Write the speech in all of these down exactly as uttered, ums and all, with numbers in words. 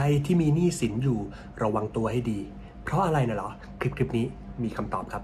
ที่มีหนี้สินอยู่ระวังตัวให้ดีเพราะอะไรนะเหรอคลิปคลิปนี้มีคำตอบครับ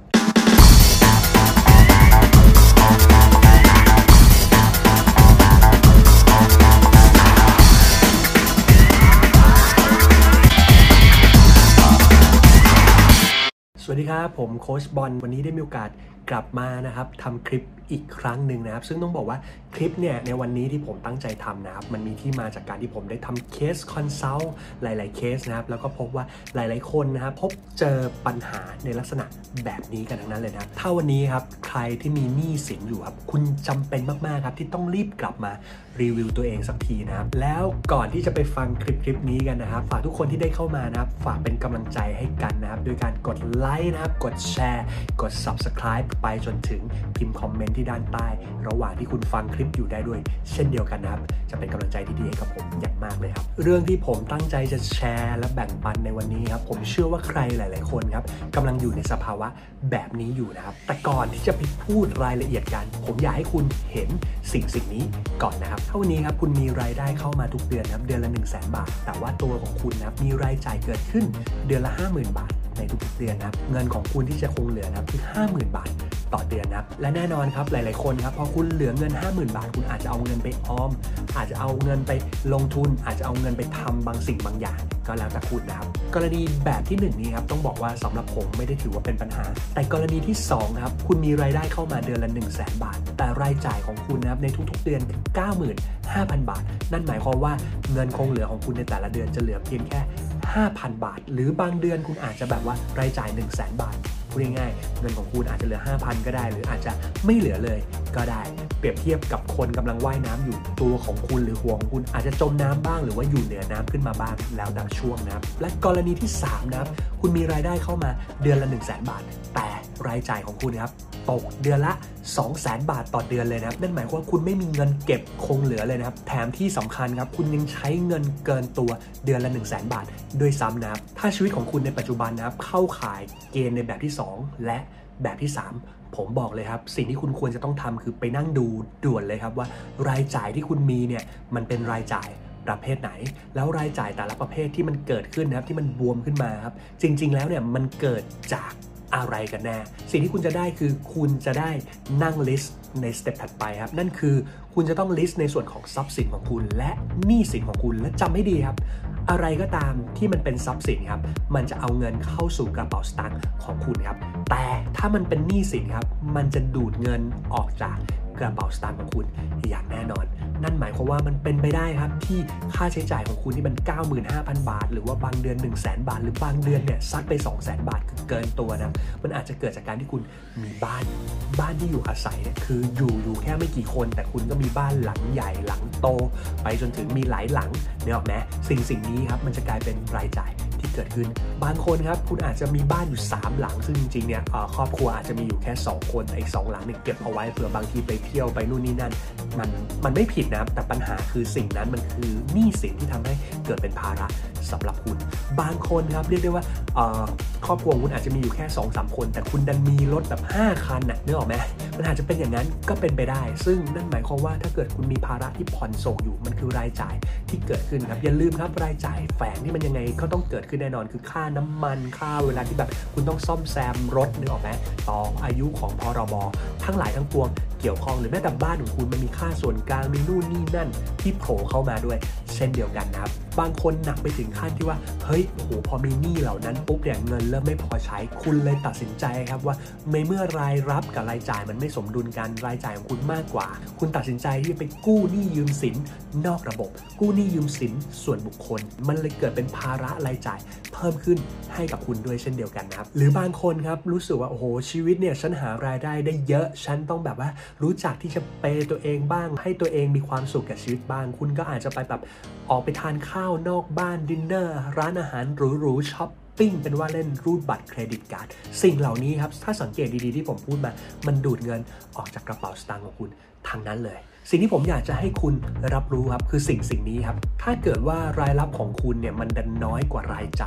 สวัสดีครับผมโค้ชบอลวันนี้ได้มีโอกาสกลับมานะครับทำคลิปอีกครั้งหนึ่งนะครับซึ่งต้องบอกว่าคลิปเนี่ยในวันนี้ที่ผมตั้งใจทำนะครับมันมีที่มาจากการที่ผมได้ทำเคสคอนซัลท์หลายๆเคสนะครับแล้วก็พบว่าหลายๆคนนะครับพบเจอปัญหาในลักษณะแบบนี้กันทั้งนั้นเลยนะถ้าวันนี้ครับใครที่มีหนี้สินอยู่ครับคุณจำเป็นมากๆครับที่ต้องรีบกลับมารีวิวตัวเองสักทีนะครับแล้วก่อนที่จะไปฟังคลิปคลิปนี้กันนะครับฝากทุกคนที่ได้เข้ามานะครับฝากเป็นกำลังใจให้กันนะครับโดยการกดไลค์นะครับกดแชร์กด ซับสไครบ์ ไปจนถึงพิมพ์คอมเมนต์ที่ด้านใต้ระหว่างที่คุณฟังคลิปอยู่ได้ด้วยเช่นเดียวกันนะครับจะเป็นกำลังใจที่ดีให้กับผมอย่างมากเลยครับเรื่องที่ผมตั้งใจจะแชร์และแบ่งปันในวันนี้ครับผมเชื่อว่าใครหลายๆคนครับกำลังอยู่ในสภาวะแบบนี้อยู่นะครับแต่ก่อนที่จะไปพูดรายละเอียดกันผมอยากให้คุณเห็นสิ่งสิ่งนี้ก่อนนะครับถ้าวันนี้ครับคุณมีรายได้เข้ามาทุกเดือนครับเดือนละ หนึ่งแสน บาทแต่ว่าตัวของคุณนะครับมีรายจ่ายเกิดขึ้นเดือนละ ห้าหมื่น บาทในทุกๆเดือนนะครับเงินของคุณที่จะคงเหลือนะครับคือ ห้าหมื่น บาทต่อเดือนนะครับและแน่นอนครับหลายๆคนครับพอคุณเหลือเงิน ห้าหมื่น บาทคุณอาจจะเอาเงินไปออมอาจจะเอาเงินไปลงทุนอาจจะเอาเงินไปทำบางสิ่งบางอย่างก็แล้วแต่คุณนะครับกรณีแบบที่หนึ่งนี้ครับต้องบอกว่าสำหรับผมไม่ได้ถือว่าเป็นปัญหาแต่กรณีที่สองครับคุณมีรายได้เข้ามาเดือนละ หนึ่งแสน บาทแต่รายจ่ายของคุณนะครับในทุกๆเดือนคือ เก้าหมื่นห้าพัน บาทนั่นหมายความว่าเงินคงเหลือของคุณในแต่ละเดือนจะเหลือเพียงแค่ ห้าพัน บาทหรือบางเดือนคุณอาจจะแบบว่ารายจ่าย หนึ่งแสน บาทพูดง่ายๆเงินของคุณอาจจะเหลือ ห้าพัน ก็ได้หรืออาจจะไม่เหลือเลยก็ได้เปรียบเทียบกับคนกำลังว่ายน้ำอยู่ตัวของคุณหรือหัวของคุณอาจจะจมน้ำบ้างหรือว่าอยู่เหนือน้ำขึ้นมาบ้างแล้วแต่ช่วงนะครับและกรณีที่สามนะครับคุณมีรายได้เข้ามาเดือนละ หนึ่งแสน บาทแต่รายจ่ายของคุณนะครับตกเดือนละ สองแสน บาทต่อเดือนเลยนะครับนั่นหมายความว่าคุณไม่มีเงินเก็บคงเหลือเลยนะครับแถมที่สำคัญครับคุณยังใช้เงินเกินตัวเดือนละ หนึ่งแสน บาทด้วยซ้ำนะครับถ้าชีวิตของคุณในปัจจุบันนะครับเข้าข่ายเกณฑ์ในแบบที่สองและแบบที่สามผมบอกเลยครับสิ่งที่คุณควรจะต้องทำคือไปนั่งดูด่วนเลยครับว่ารายจ่ายที่คุณมีเนี่ยมันเป็นรายจ่ายประเภทไหนแล้วรายจ่ายแต่ละประเภทที่มันเกิดขึ้นนะครับที่มันบวมขึ้นมาครับจริงๆแล้วเนี่ยมันเกิดจากอะไรกันแน่สิ่งที่คุณจะได้คือคุณจะได้นั่งลิสต์ในสเต็ปถัดไปครับนั่นคือคุณจะต้องลิสต์ในส่วนของทรัพย์สินของคุณและหนี้สินของคุณและจำให้ดีครับอะไรก็ตามที่มันเป็นทรัพย์สินครับมันจะเอาเงินเข้าสู่กระเป๋าสตางค์ของคุณครับแต่ถ้ามันเป็นหนี้สินครับมันจะดูดเงินออกจากกระเป๋าสตางค์ของคุณอย่างแน่นอนนั่นหมายความว่ามันเป็นไปได้ครับที่ค่าใช้จ่ายของคุณที่มัน เก้าหมื่นห้าพัน บาทหรือว่าบางเดือน หนึ่งแสน บาทหรือบางเดือนเนี่ยซัดไป สองแสน บาทคือเกินตัวนะมันอาจจะเกิดจากการที่คุณมีบ้านบ้านที่อยู่อาศัยเนี่ยคืออยู่อยู่แค่ไม่กี่คนแต่คุณก็มีบ้านหลังใหญ่หลังโตไปจนถึงมีหลายหลังเนี่ยหรอกนะสิ่งสิ่งนี้ครับมันจะกลายเป็นรายจ่ายที่เกิดขึ้นบางคนครับคุณอาจจะมีบ้านอยู่สามหลังซึ่งจริงๆเนี่ยครอบครัวอาจจะมีอยู่แค่สองคนอีกสองหลังเนี่ยเก็บเอาไว้เผื่อบางทีไปเที่ยวไปนู่นนี่นั่นมันมันไม่ผิดนะแต่ปัญหาคือสิ่งนั้นมันคือหนี้สินที่ทำให้เกิดเป็นภาระสำหรับคุณบางคนครับเรียกได้ว่าครอบครัวคุณอาจจะมีอยู่แค่ สองสาม คนแต่คุณดันมีรถแบบห้าคันน่ะนึกออกไหมมันอาจจะเป็นอย่างนั้นก็เป็นไปได้ซึ่งนั่นหมายความว่าถ้าเกิดคุณมีภาระที่ผ่อนส่งอยู่มันคือรายจ่ายที่เกิดขึ้นครับอย่าลืมครับรายจ่ายแฝงที่มันยังไงก็ต้องเกิดขึ้นแน่นอนคือค่าน้ำมันค่าเวลาที่แบบคุณต้องซ่อมแซมรถนึกออกไหมต่ออายุของพรบทั้งหลายทั้งปวงเกี่ยวข้องหรือแม้แต่บ้านของคุณมันมีค่าส่วนกลางมีนู่นนี่นั่นที่โผล่เข้ามาด้วยเช่นเดียวกันนะครับบางคนหนักไปถึงขั้นที่ว่าเฮ้ยโอ้โหพอมีหนี้เหล่านั้นปุ๊บเนี่ยเงินเริ่มไม่พอใช้คุณเลยตัดสินใจครับว่าในเมื่อรายรับกับรายจ่ายมันไม่สมดุลกันรายจ่ายของคุณมากกว่าคุณตัดสินใจที่จะไปกู้หนี้ยืมสินนอกระบบกู้หนี้ยืมสินส่วนบุคคลมันเลยเกิดเป็นภาระรายจ่ายเพิ่มขึ้นให้กับคุณด้วยเช่นเดียวกันนะครับหรือบางคนครับรู้สึกว่าโอ้โหชีวิตเนี่ยฉันหารายได้ได้เยอะฉันต้องแบบว่ารู้จักที่จะเปย์ตัวเองบ้างให้ตัวเองมีความสุขกับชีวิตบ้างคุณก็อาจจะไปแบบออกไปทานข้าวนอกบ้านดินเนอร์ร้านอาหารหรูๆช็อปปิ้งเป็นว่าเล่นรูดบัตรเครดิตการ์ดสิ่งเหล่านี้ครับถ้าสังเกตดีๆที่ผมพูดมามันดูดเงินออกจากกระเป๋าสตางค์ของคุณทางนั้นเลยสิ่งที่ผมอยากจะให้คุณรับรู้ครับคือสิ่งสิ่งนี้ครับถ้าเกิดว่ารายรับของคุณเนี่ยมันดันน้อยกว่ารายจ่าย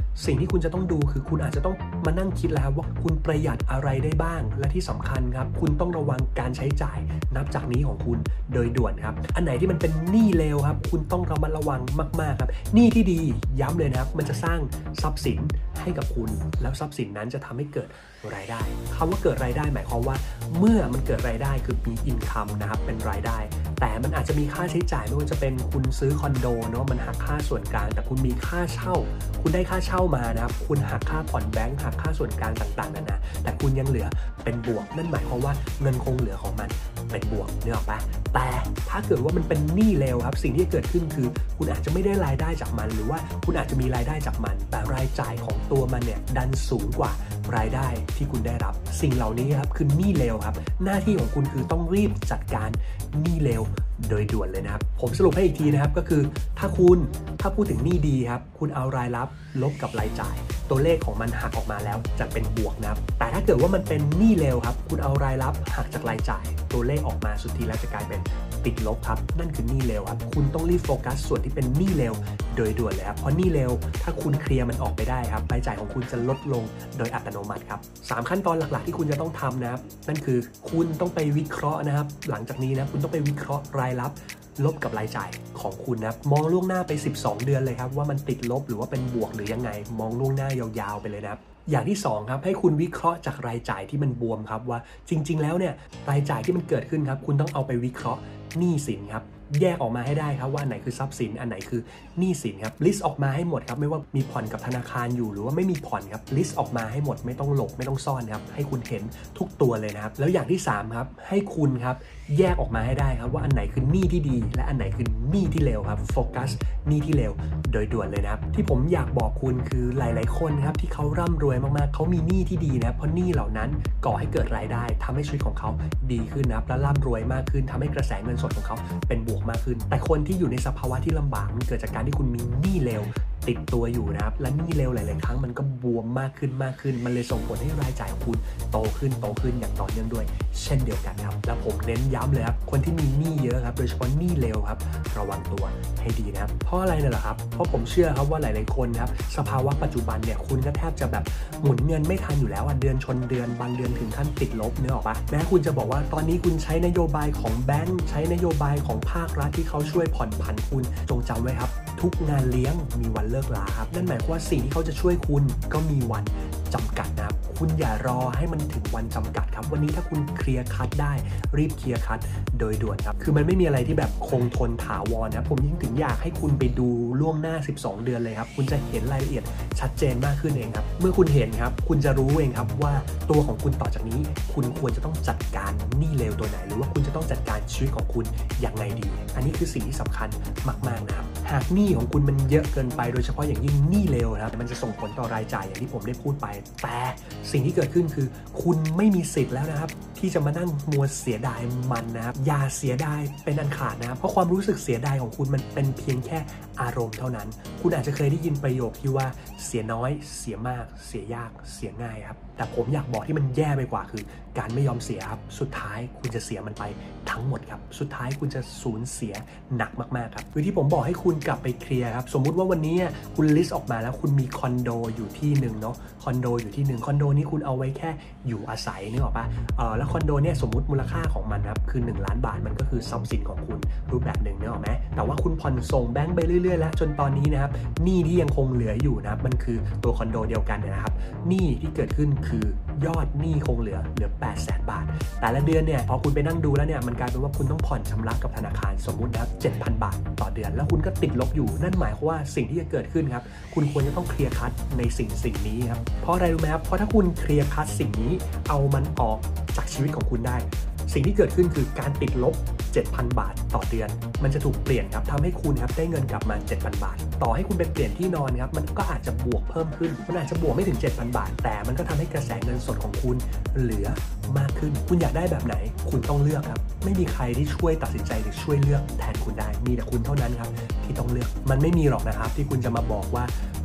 สิ่งที่คุณจะต้องดูคือคุณอาจจะต้องมานั่งคิดแล้วว่าคุณประหยัดอะไรได้บ้างและที่สำคัญครับคุณต้องระวังการใช้จ่ายนับจากนี้ของคุณโดยด่วนครับอันไหนที่มันเป็นหนี้เลวครับคุณต้องระมัดระวังมากๆครับหนี้ที่ดีย้ำเลยนะครับมันจะสร้างทรัพย์สินให้กับคุณแล้วทรัพย์สินนั้นจะทำให้เกิดรายได้คำว่าเกิดรายได้หมายความว่าเมื่อมันเกิดรายได้คือมีอินคัมนะครับเป็นรายได้แต่มันอาจจะมีค่าใช้จ่ายไม่ว่าจะเป็นคุณซื้อคอนโดเนาะมันหักค่าส่วนกลางแต่คุณมีค่าเช่าคุณได้ค่าเช่ามานะครับคุณหักค่าผ่อนแบงค์หักค่าส่วนกลางต่างๆนานาแต่คุณยังเหลือเป็นบวกนั่นหมายความว่าเงินคงเหลือของมันเป็นบวกนึกออกปะแต่ถ้าเกิดว่ามันเป็นหนี้เลวครับสิ่งที่เกิดขึ้นคือคุณอาจจะไม่ได้รายได้จากมันหรือว่าคุณอาจจะมีรายได้จากมันแต่รายจ่ายของตัวมันเนี่ยดันสูงกว่ารายได้ที่คุณได้รับสิ่งเหล่านี้ครับคือหนี้เลวครับหน้าที่ของคุณคือต้องรีบจัดการหนี้เลวโดยด่วนเลยนะครับผมสรุปให้อีกทีนะครับก็คือถ้าคุณถ้าพูดถึงหนี้ดีครับคุณเอารายรับลบกับรายจ่ายตัวเลขของมันหักออกมาแล้วจะเป็นบวกนะครับแต่ถ้าเกิดว่ามันเป็นหนี้เลวครับคุณเอารายรับหักจากรายจ่ายตัวเลขออกมาสุดท้ายแล้วจะกลายเป็นติดลบครับนั่นคือหนี้เลวครับคุณต้องรีบโฟกัสส่วนที่เป็นหนี้เลวโดยด่วนเลยครับเพราะหนี้เลวถ้าคุณเคลียร์มันออกไปได้ครับรายจ่ายของคุณจะลดลงโดยอัตโนมัติครับสามขั้นตอนหลักๆที่คุณจะต้องทำนะครับนั่นคือคุณต้องไปวิเคราะห์นะครับหลังจากนี้นะคุณต้องไปวิเคราะห์รายรับลบกับรายจ่ายของคุณนะครับมองล่วงหน้าไปสิบสองเดือนเลยครับว่ามันติดลบหรือว่าเป็นบวกหรือยังไงมองล่วงหน้ายาวๆไปเลยนะครับอย่างที่สองครับให้คุณวิเคราะห์จากรายจ่ายที่มันบวมครับว่าจริงๆแล้วเนี่ยรายจ่ายที่มันเกิดขึ้นครับคุณต้องเอาไปวิเคราะห์หนี้สินครับแยกออกมาให้ได้ครับว่าอันไหนคือทรัพย์สินอันไหนคือหนี้สินครับลิสต์ออกมาให้หมดครับไม่ว่ามีผ่อนกับธนาคารอยู่หรือว่าไม่มีผ่อนครับลิสต์ออกมาให้หมดไม่ต้องหลบไม่ต้องซ่อนครับให้คุณเห็นทุกตัวเลยนะครับแล้วอย่างที่สามครับให้คุณครับแยกออกมาให้ได้ครับว่าอันไหนคือหนี้ที่ดีและอันไหนคือหนี้ที่เลวครับโฟกัสหนี้ที่เลวโดยด่วนเลยนะครับที่ผมอยากบอกคุณคือหลายๆคนครับที่เขาร่ำรวยมากๆเขามีหนี้ที่ดีนะเพราะหนี้เหล่านั้นก่อให้เกิดรายได้ทำให้ชีวิตของเขาดีขึ้นนะครับและร่ำรวยมากขึ้นทำให้กระแสเงินสดของเขาเป็นบวกมากขึ้นแต่คนที่อยู่ในสภาวะที่ลำบากมันเกิดจากการที่คุณมีหนี้เลวติดตัวอยู่นะครับและหนี้เลวหลายๆครั้งมันก็บวมมากขึ้นมากขึ้นมันเลยส่งผลให้รายจ่ายของคุณโตขึ้นโตขึ้นอย่างต่อเนื่องด้วยเช่นเดียวกันครับแล้วผมเน้นย้ำเลยครับคนที่มีหนี้เยอะครับโดยเฉพาะหนี้เลวครับระวังตัวให้ดีนะครับเพราะอะไรเนี่ยแหละครับเพราะผมเชื่อครับว่าหลายๆคนครับสภาวะปัจจุบันเนี่ยคุณก็แทบจะแบบหมุนเงินไม่ทันอยู่แล้วอ่ะเดือนชนเดือนบางเดือนถึงขั้นติดลบเนี่ยหรอปะแม้คุณจะบอกว่าตอนนี้คุณใช้นโยบายของแบงก์ใช้นโยบายของภาครัฐที่เขาช่วยผ่อนผันคุณจงจำไว้ครับทุกงานเลี้ยงมีวันเลิกลาครับนั่นหมายความว่าสิ่งที่เขาจะช่วยคุณก็มีวันจำกัดนะครับคุณอย่ารอให้มันถึงวันจำกัดครับวันนี้ถ้าคุณเคลียร์คัทได้รีบเคลียร์คัทโดยด่วนครับคือมันไม่มีอะไรที่แบบคงทนถาวรนะผมยิ่งถึงอยากให้คุณไปดูล่วงหน้าสิบสองเดือนเลยครับคุณจะเห็นรายละเอียดชัดเจนมากขึ้นเองครับเมื่อคุณเห็นครับคุณจะรู้เองครับว่าตัวของคุณต่อจากนี้คุณควรจะต้องจัดการหนี้เลวตัวไหนหรือว่าคุณจะต้องจัดการชีวิตของคุณอย่างไรดีอันนี้คือสิ่งที่สำคัญมากๆนะครับหากหนี้ของคุณมันเยอะเกินไปโดยเฉพาะอย่างยิ่งหนี้เลวนะครับมันจะส่งผลต่อรายจ่ายอย่างที่ผมได้พูดไปแต่สิ่งที่เกิดขึ้นคือคุณไม่มีสิทธิ์แล้วนะครับที่จะมานั่งมัวเสียดายมันนะครับอย่าเสียดายเป็นอันขาดนะครับเพราะความรู้สึกเสียดายของคุณมันเป็นเพียงแค่อารมณ์เท่านั้นคุณอาจจะเคยได้ยินประโยคที่ว่าเสียน้อยเสียมากเสียยากเสียง่ายครับแต่ผมอยากบอกที่มันแย่ไปกว่าคือการไม่ยอมเสียครับสุดท้ายคุณจะเสียมันไปทั้งหมดครับสุดท้ายคุณจะสูญเสียหนักมากๆครับคือที่ผมบอกให้คุณกลับไปเคลียร์ครับสมมุติว่าวันนี้คุณลิสต์ออกมาแล้วคุณมีคอนโดอยู่ที่หนึ่งเนาะคอนโดอยู่ที่หนึ่งคอนโดนี้คุณเอาไว้แค่อยู่อาศัยนึกออกปะเออแล้วคอนโดเนี่ยสมมุติมูลค่าของมันครับคือหนึ่งล้านบาทมันก็คือทรัพย์สินของคุณรูปแบบหนึ่งนึกออกไหมแต่ว่าคุณผ่อนส่งแบงก์ไปเรื่อยๆแล้วจนตอนนี้นะครับหนี้ที่ยังคงเหลืออยู่นะครับมันคือตัวคอนโดเดียวกันนะครับหนี้ที่เกิดขึ้นคือยอดหนี้คงเหลือเหลือแปดแสนบาทแต่ละเดือนเนี่ยพอคุณไปนั่งดูแล้วเนี่ยมันกลายเป็นว่าคุณต้องผ่อนชำระกับธนาคารสมมุตินะครับ เจ็ดพัน บาทต่อเดือนแล้วคุณก็ติดลบอยู่นั่นหมายความว่าสิ่งที่จะเกิดขึ้นครับคุณควรจะต้องเคลียร์คัทในสิ่งสิ่งนี้ครับเพราะอะไรรู้ไหมครับเพราะถ้าคุณเคลียร์คัทสิ่งนี้เอามันออกจากชีวิตของคุณได้สิ่งที่เกิดขึ้นคือการติดลบ เจ็ดพัน บาทต่อเดือนมันจะถูกเปลี่ยนครับทำให้คุณครับได้เงินกลับมา เจ็ดพัน บาทต่อให้คุณไปเปลี่ยนที่นอนครับมันก็อาจจะบวกเพิ่มขึ้นมันอาจจะบวกไม่ถึง เจ็ดพัน บาทแต่มันก็ทำให้กระแสเงินสดของคุณเหลือมากขึ้นคุณอยากได้แบบไหนคุณต้องเลือกครับไม่มีใครที่ช่วยตัดสินใจหรือช่วยเลือกแทนคุณได้มีแต่คุณเท่านั้นครับที่ต้องเลือกมันไม่มีหรอกนะครับที่คุณจะมาบอกว่า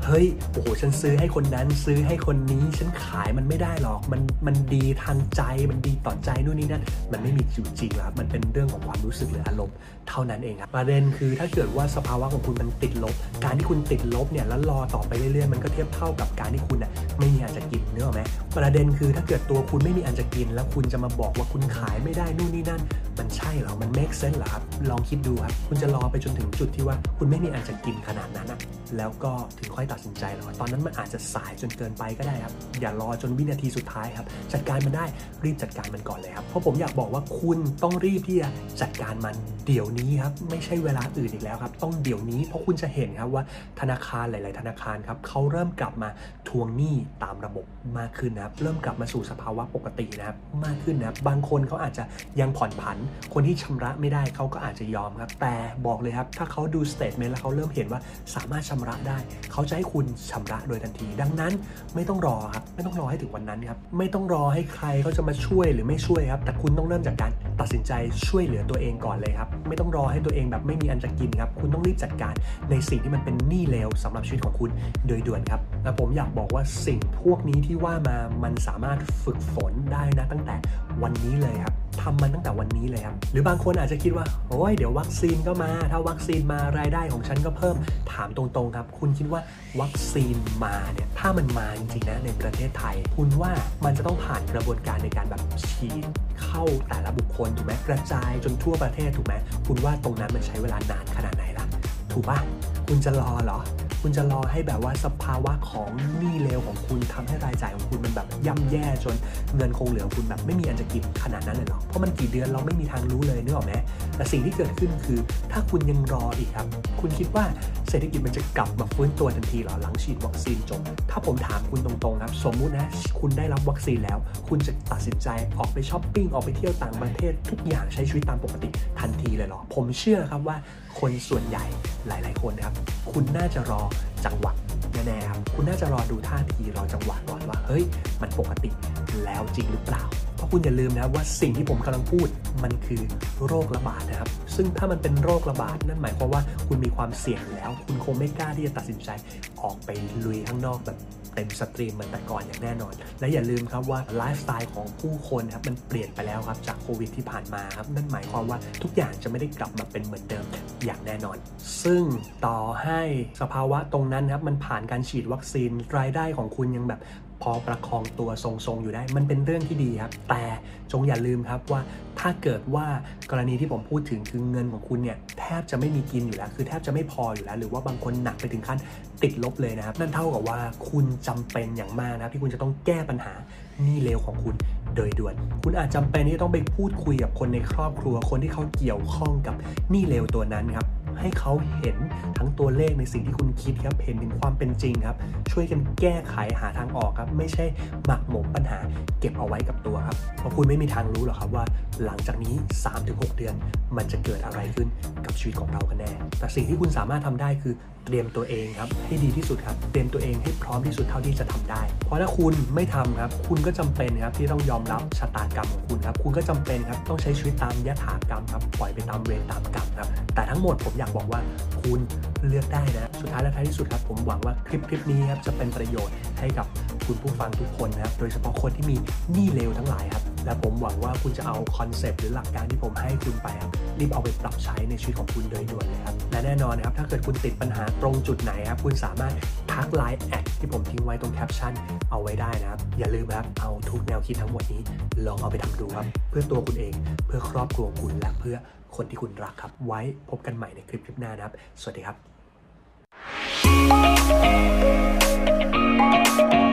เฮ้ยโอ้โหฉันซื้อให้คนนั้นซื้อให้คนนี้ฉันขายมันไม่ได้หรอกมันมันดีทางใจมันดีต่อใจนู่นนี่นั่นมันไม่มีอยู่จริงแล้วมันเป็นเรื่องของความรู้สึกหรืออารมณ์เท่านั้นเองครับประเด็นคือถ้าเกิดว่าสภาวะของคุณมันติดลบการที่คุณติดลบเนี่ยแล้วรอต่อไปเรื่อยๆมันก็เทียบเท่ากับการที่คุณน่ะไม่มีอันจะกินเนอะไหมประเด็นคือถ้าเกิดตัวคุณไม่มีอันจะกินแล้วคุณจะมาบอกว่าคุณขายไม่ได้นู่นนี่นั่นมันใช่เหรอมัน make sense เหรอครับลองคิดดูครับคุณจะรอไปจนถึงจุดที่ว่าคุณไม่มีอันจะกินขนาดนั้นนะแล้วก็ถึงค่อยตัดสินใจหรอตอนนั้นมันอาจจะสายจนเกินไปก็ได้ครับอย่ารอจนวินาทีสุดท้ายครับจัดการมันได้รีบจัดการมันก่อนเลยครับเพราะผมอยากบอกว่าคุณต้องรีบที่จะจัดการมันเดี๋ยวนี้ครับไม่ใช่เวลาอื่นอีกแล้วครับต้องเดี๋ยวนี้เพราะคุณจะเห็นครับว่าธนาคารหลายๆธนาคารครับเขาเริ่มกลับมาทวงหนี้ตามระบบมากขึ้นนะครับเริ่มกลับมาสู่สภาวะปกตินะครับมากขึ้นนะครับบางคนเขาอาจจะยังผ่อนผันคนที่ชำระไม่ได้เขาก็อาจจะยอมครับแต่บอกเลยครับถ้าเขาดูสเตทเมนต์แล้วเขาเริ่มเห็นว่าสามารถชำระได้เขาจะให้คุณชำระโดยทันทีดังนั้นไม่ต้องรอครับไม่ต้องรอให้ถึงวันนั้นครับไม่ต้องรอให้ใครเขาจะมาช่วยหรือไม่ช่วยครับแต่คุณต้องเริ่มจากการตัดสินใจช่วยเหลือตัวเองก่อนเลยครับไม่ต้องรอให้ตัวเองแบบไม่มีอันจะกินครับคุณต้องรีบจัดการในสิ่งที่มันเป็นหนี้เลวสำหรับชีวิตของคุณโดยด่วนครับและผมอยากบอกว่าสิ่งพวกนี้ที่ว่ามามันสามารถฝึกฝนได้นะตั้งแต่วันนี้เลยครับทำมันตั้งแต่วันนี้เลยครับหรือบางคนอาจจะคิดว่าโอ้ยเดี๋ยววัคซีนก็มาถ้าวัคซีนมารายได้ของฉันก็เพิ่มถามตรงๆครับคุณคิดว่าวัคซีนมาเนี่ยถ้ามันมาจริงๆนะในประเทศไทยคุณว่ามันจะต้องผ่านกระบวนการในการแบบฉีดเข้าแต่ละบุคคลถูกไหมกระจายจนทั่วประเทศถูกไหมคุณว่าตรงนั้นมันใช้เวลานานขนาดไหนล่ะถูกปะคุณจะรอเหรอคุณจะรอให้แบบว่าสภาวะของหนี้เลวของคุณทำให้รายจ่ายของคุณมันแบบย่ำแย่จนเงินคงเหลือคุณแบบไม่มีอันจะกินขนาดนั้นเลยหรอเพราะมันกี่เดือนเราไม่มีทางรู้เลยนึกออกไหมแต่สิ่งที่เกิดขึ้นคือถ้าคุณยังรออีกครับคุณคิดว่าเศรษฐกิจมันจะกลับมาฟื้นตัวทันทีหรอหลังฉีดวัคซีนจบถ้าผมถามคุณตรงๆครับสมมุตินะคุณได้รับวัคซีนแล้วคุณจะตัดสินใจออกไปช้อปปิ้งออกไปเที่ยวต่างประเทศทุกอย่างใช้ชีวิตตามปกติทันทีเลยหรอผมเชื่อครับว่าคนส่วนใหญ่หลายๆคนครับคุณน่าจะรอจังหวะแน่ๆครับคุณน่าจะรอดูท่าทีรอจังหวะก่อนว่าเฮ้ยมันปกติแล้วจริงหรือเปล่าเพราะคุณอย่าลืมนะว่าสิ่งที่ผมกำลังพูดมันคือโรคระบาดนะครับซึ่งถ้ามันเป็นโรคระบาดนั่นหมายความว่าคุณมีความเสี่ยงอยู่แล้วคุณคงไม่กล้าที่จะตัดสินใจออกไปลุยข้างนอกแบบเต็มสตรีมเหมือนแต่ก่อนอย่างแน่นอนและอย่าลืมครับว่าไลฟ์สไตล์ของผู้คนครับมันเปลี่ยนไปแล้วครับจากโควิดที่ผ่านมาครับนั่นหมายความว่าทุกอย่างจะไม่ได้กลับมาเป็นเหมือนเดิมอย่างแน่นอนซึ่งต่อให้สภาวะตรงนั้นครับมันผ่านการฉีดวัคซีนรายได้ของคุณยังแบบพอประคองตัวทรงๆอยู่ได้มันเป็นเรื่องที่ดีครับแต่จงอย่าลืมครับว่าถ้าเกิดว่ากรณีที่ผมพูดถึงคือเงินของคุณเนี่ยแทบจะไม่มีกินอยู่แล้วคือแทบจะไม่พออยู่แล้วหรือว่าบางคนหนักไปถึงขั้นติดลบเลยนะครับนั่นเท่ากับว่าคุณจำเป็นอย่างมากนะครับที่คุณจะต้องแก้ปัญหาหนี้เลวของคุณโดยด่วนคุณอาจจำเป็นที่ต้องไปพูดคุยกับคนในครอบครัวคนที่เขาเกี่ยวข้องกับหนี้เลวตัวนั้นครับให้เขาเห็นทั้งตัวเลขในสิ่งที่คุณคิดครับเห็นถึงความเป็นจริงครับช่วยกันแก้ไขหาทางออกครับไม่ใช่หมักหมมปัญหาเก็บเอาไว้กับตัวครับเพราะคุณไม่มีทางรู้หรอกครับว่าหลังจากนี้ สามถึงหก เดือนมันจะเกิดอะไรขึ้นกับชีวิตของเรากันแน่แต่สิ่งที่คุณสามารถทำได้คือเตรียมตัวเองครับให้ดีที่สุดครับเตรียมตัวเองให้พร้อมที่สุดเท่าที่จะทำได้เพราะถ้าคุณไม่ทำครับคุณก็จำเป็นครับที่ต้องยอมรับชะตากรรมของคุณครับคุณก็จำเป็นครับต้องใช้ชีวิตตามยถากรรมครับปล่อยไปตามเวรตามกรรมครับแต่ทั้งหมดผมอยากบอกว่าคุณเลือกได้นะสุดท้ายและท้ายที่สุดครับผมหวังว่าคลิปคลิปนี้ครับจะเป็นประโยชน์ให้กับคุณผู้ฟังทุกคนนะครับโดยเฉพาะคนที่มีหนี้เลวทั้งหลายครับและผมหวังว่าคุณจะเอาคอนเซปต์หรือหลักการที่ผมให้คุณไปครับรีบเอาไปปรับใช้ในชีวิตของคุณโดยด่วนเลยครับและแน่นอนครับถ้าเกิดคุณติดปัญหาตรงจุดไหนครับคุณสามารถทักไลน์แอดที่ผมทิ้งไว้ตรงแคปชั่นเอาไว้ได้นะครับอย่าลืมครับเอาทุกแนวคิดทั้งหมดนี้ลองเอาไปทำดูครับเพื่อตัวคุณเองเพื่อครอบครัวคุณและเพื่อคนที่คุณรักครับไว้พบกันใหม่ในคลิปคลิปหน้านะครับสวัสดีครับ